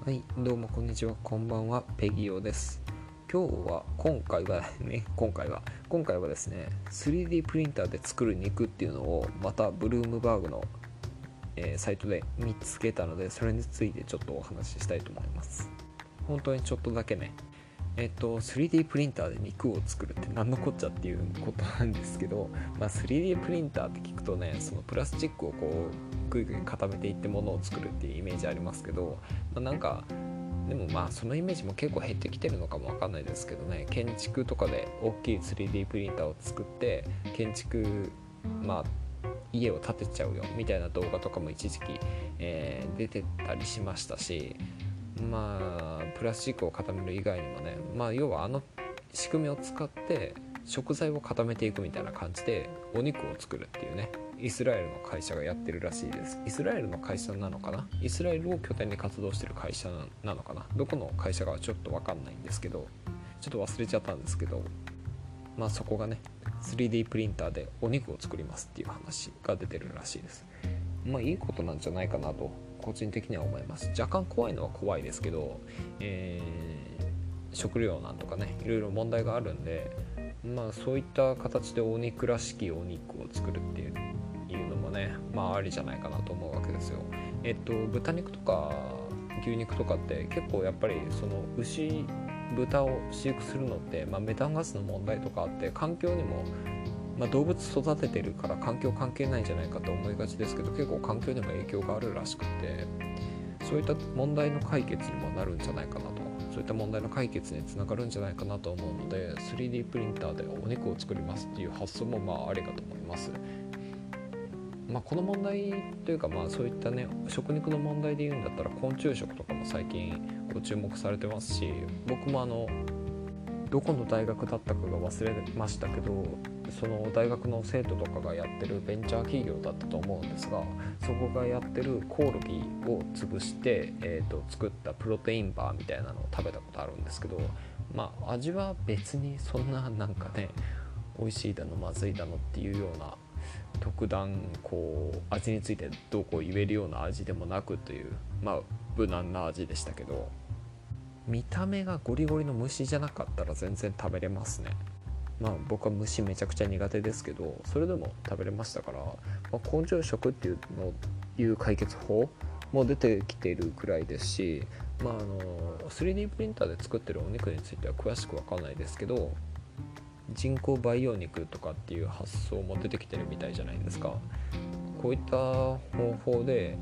はい、どうもこんにちは、こんばんは、ペギオです。今回はですね、3D プリンターで作る肉っていうのをまたブルームバーグの、サイトで見つけたので、それについてちょっとお話ししたいと思います。本当にちょっとだけね。3D プリンターで肉を作るって何のこっちゃっていうことなんですけど、3D プリンターって聞くとね、そのプラスチックをこうグイグイ固めていってものを作るっていうイメージありますけど、でもそのイメージも結構減ってきてるのかもわかんないですけどね、建築とかで大きい 3D プリンターを作って建築家を建てちゃうよみたいな動画とかも一時期、出てたりしましたし、プラスチックを固める以外にもね、要はあの仕組みを使って食材を固めていくみたいな感じでお肉を作るっていうね、イスラエルの会社がやってるらしいです。イスラエルの会社なのかな、イスラエルを拠点に活動してる会社なのかな、どこの会社かはちょっと分かんないんですけど、ちょっと忘れちゃったんですけど、そこがね 3D プリンターでお肉を作りますっていう話が出てるらしいです。いいことなんじゃないかなと個人的には思います。若干怖いのは怖いですけど、食料なんとかね、いろいろ問題があるんで、そういった形でお肉らしきお肉を作るっていうのもね、ありじゃないかなと思うわけですよ。豚肉とか牛肉とかって結構やっぱりその豚を飼育するのって、メタンガスの問題とかあって環境にも、動物育ててるから環境関係ないんじゃないかと思いがちですけど、結構環境にも影響があるらしくて、そういった問題の解決にもなるんじゃないかなと、そういった問題の解決につながるんじゃないかなと思うので、 3D プリンターでお肉を作りますっていう発想もありかと思います。この問題というか、そういったね食肉の問題で言うんだったら昆虫食とかも最近ご注目されてますし、僕もどこの大学だったかが忘れましたけど、その大学の生徒とかがやってるベンチャー企業だったと思うんですが、そこがやってるコオロギを潰して、作ったプロテインバーみたいなのを食べたことあるんですけど、味は別にそんな美味しいだのまずいだのっていうような特段味についてどうこう言えるような味でもなくという、無難な味でしたけど、見た目がゴリゴリの虫じゃなかったら全然食べれますね。僕は虫めちゃくちゃ苦手ですけど、それでも食べれましたから、昆虫食っていう解決法も出てきているくらいですし、3D プリンターで作ってるお肉については詳しく分かんないですけど、人工培養肉とかっていう発想も出てきてるみたいじゃないですか。こういった方法で、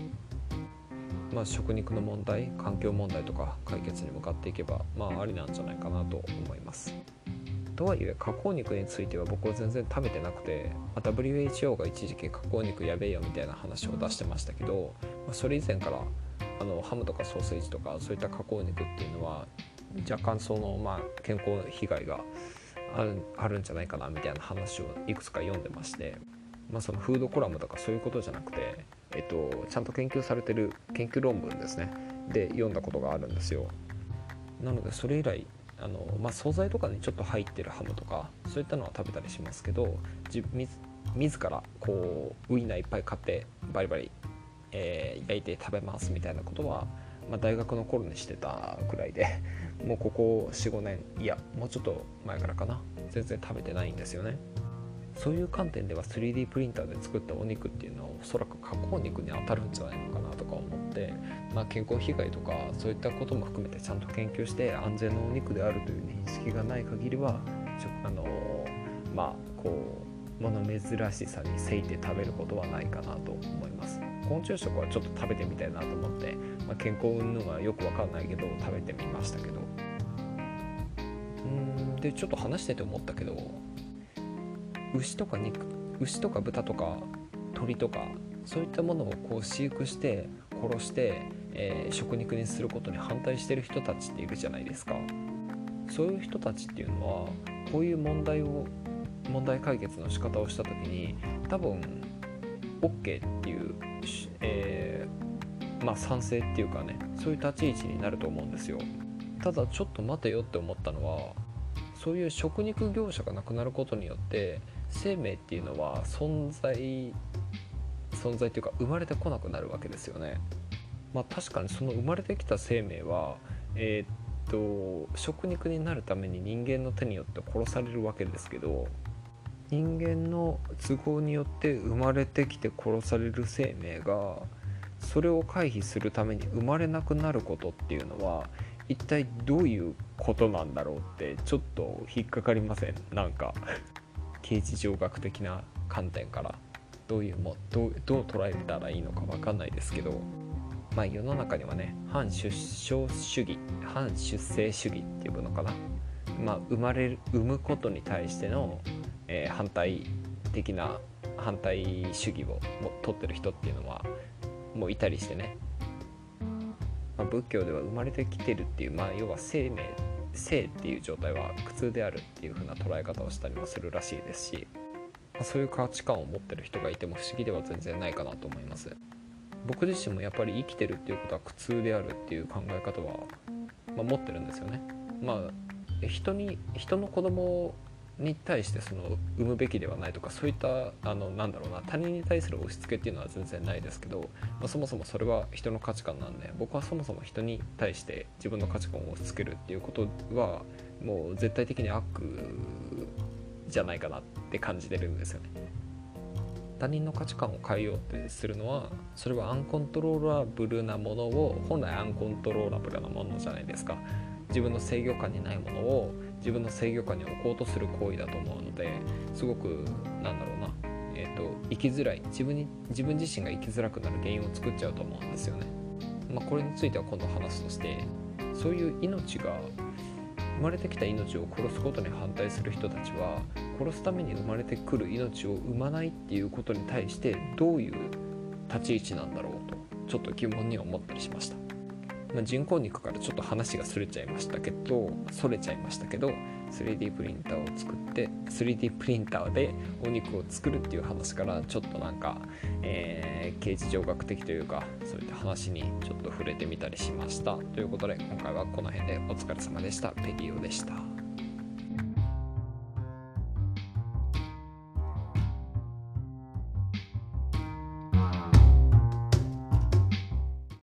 食肉の問題、環境問題とか解決に向かっていけば、ありなんじゃないかなと思います。とはいえ加工肉については僕は全然食べてなくて、WHO が一時期加工肉やべえよみたいな話を出してましたけど、それ以前からハムとかソーセージとかそういった加工肉っていうのは若干健康被害があるんじゃないかなみたいな話をいくつか読んでまして、そのフードコラムとかそういうことじゃなくて、ちゃんと研究されてる研究論文ですねで読んだことがあるんですよ。なのでそれ以来惣菜とかにちょっと入ってるハムとかそういったのは食べたりしますけど、自らウインナーいっぱい買ってバリバリ、焼いて食べますみたいなことは、大学の頃にしてたくらいで、もうここ 4,5 年、いやもうちょっと前からかな、全然食べてないんですよね。そういう観点では 3D プリンターで作ったお肉っていうのはおそらく加工肉に当たるんじゃないのかなとか思って、健康被害とかそういったことも含めてちゃんと研究して安全なお肉であるという認識がない限りは物珍しさにせいて食べることはないかなと思います。昆虫食はちょっと食べてみたいなと思って、健康云々はよくわかんないけど食べてみましたけど、でちょっと話してて思ったけど、牛とか豚とか鳥とかそういったものを飼育して殺して、食肉にすることに反対してる人たちっているじゃないですか。そういう人たちっていうのはこういう問題解決の仕方をした時に多分 OK っていう、賛成っていうかね、そういう立ち位置になると思うんですよ。ただちょっと待てよって思ったのは、そういう食肉業者がなくなることによって生命っていうのは存在っていうか生まれてこなくなるわけですよね。 確かにその生まれてきた生命は食肉になるために人間の手によって殺されるわけですけど、人間の都合によって生まれてきて殺される生命がそれを回避するために生まれなくなることっていうのは一体どういうことなんだろうってちょっと引っかかりません？なんか形而上学的な観点からどう捉えたらいいのか分かんないですけど、世の中にはね、反出生主義、反出生主義っていうのかな、産むことに対しての、反対主義を取ってる人っていうのはもういたりしてね、仏教では生まれてきてるっていう、要は生っていう状態は苦痛であるっていう風な捉え方をしたりもするらしいですし、そういう価値観を持ってる人がいても不思議では全然ないかなと思います。僕自身もやっぱり生きてるっていうことは苦痛であるっていう考え方は、持ってるんですよね。人の子供に対してその産むべきではないとか、そういった他人に対する押し付けっていうのは全然ないですけど、そもそもそれは人の価値観なんで、僕はそもそも人に対して自分の価値観を押し付けるっていうことはもう絶対的に悪じゃないかなって感じてるんですよね。他人の価値観を変えようってするのは、それはアンコントローラブルなものを、本来アンコントローラブルなものじゃないですか。自分の制御下にないものを自分の制御下に置こうとする行為だと思うので、すごく生きづらい、自分自身が生きづらくなる原因を作っちゃうと思うんですよね。これについては今度話すとして、そういう生まれてきた命を殺すことに反対する人たちは、殺すために生まれてくる命を生まないっていうことに対してどういう立ち位置なんだろうとちょっと疑問に思ったりしました。人工肉からちょっと話がそれちゃいましたけど 3D プリンターを作って 3D プリンターでお肉を作るっていう話からちょっと形而上学的というか、そういった話にちょっと触れてみたりしました。ということで今回はこの辺でお疲れ様でした。ペリオでした。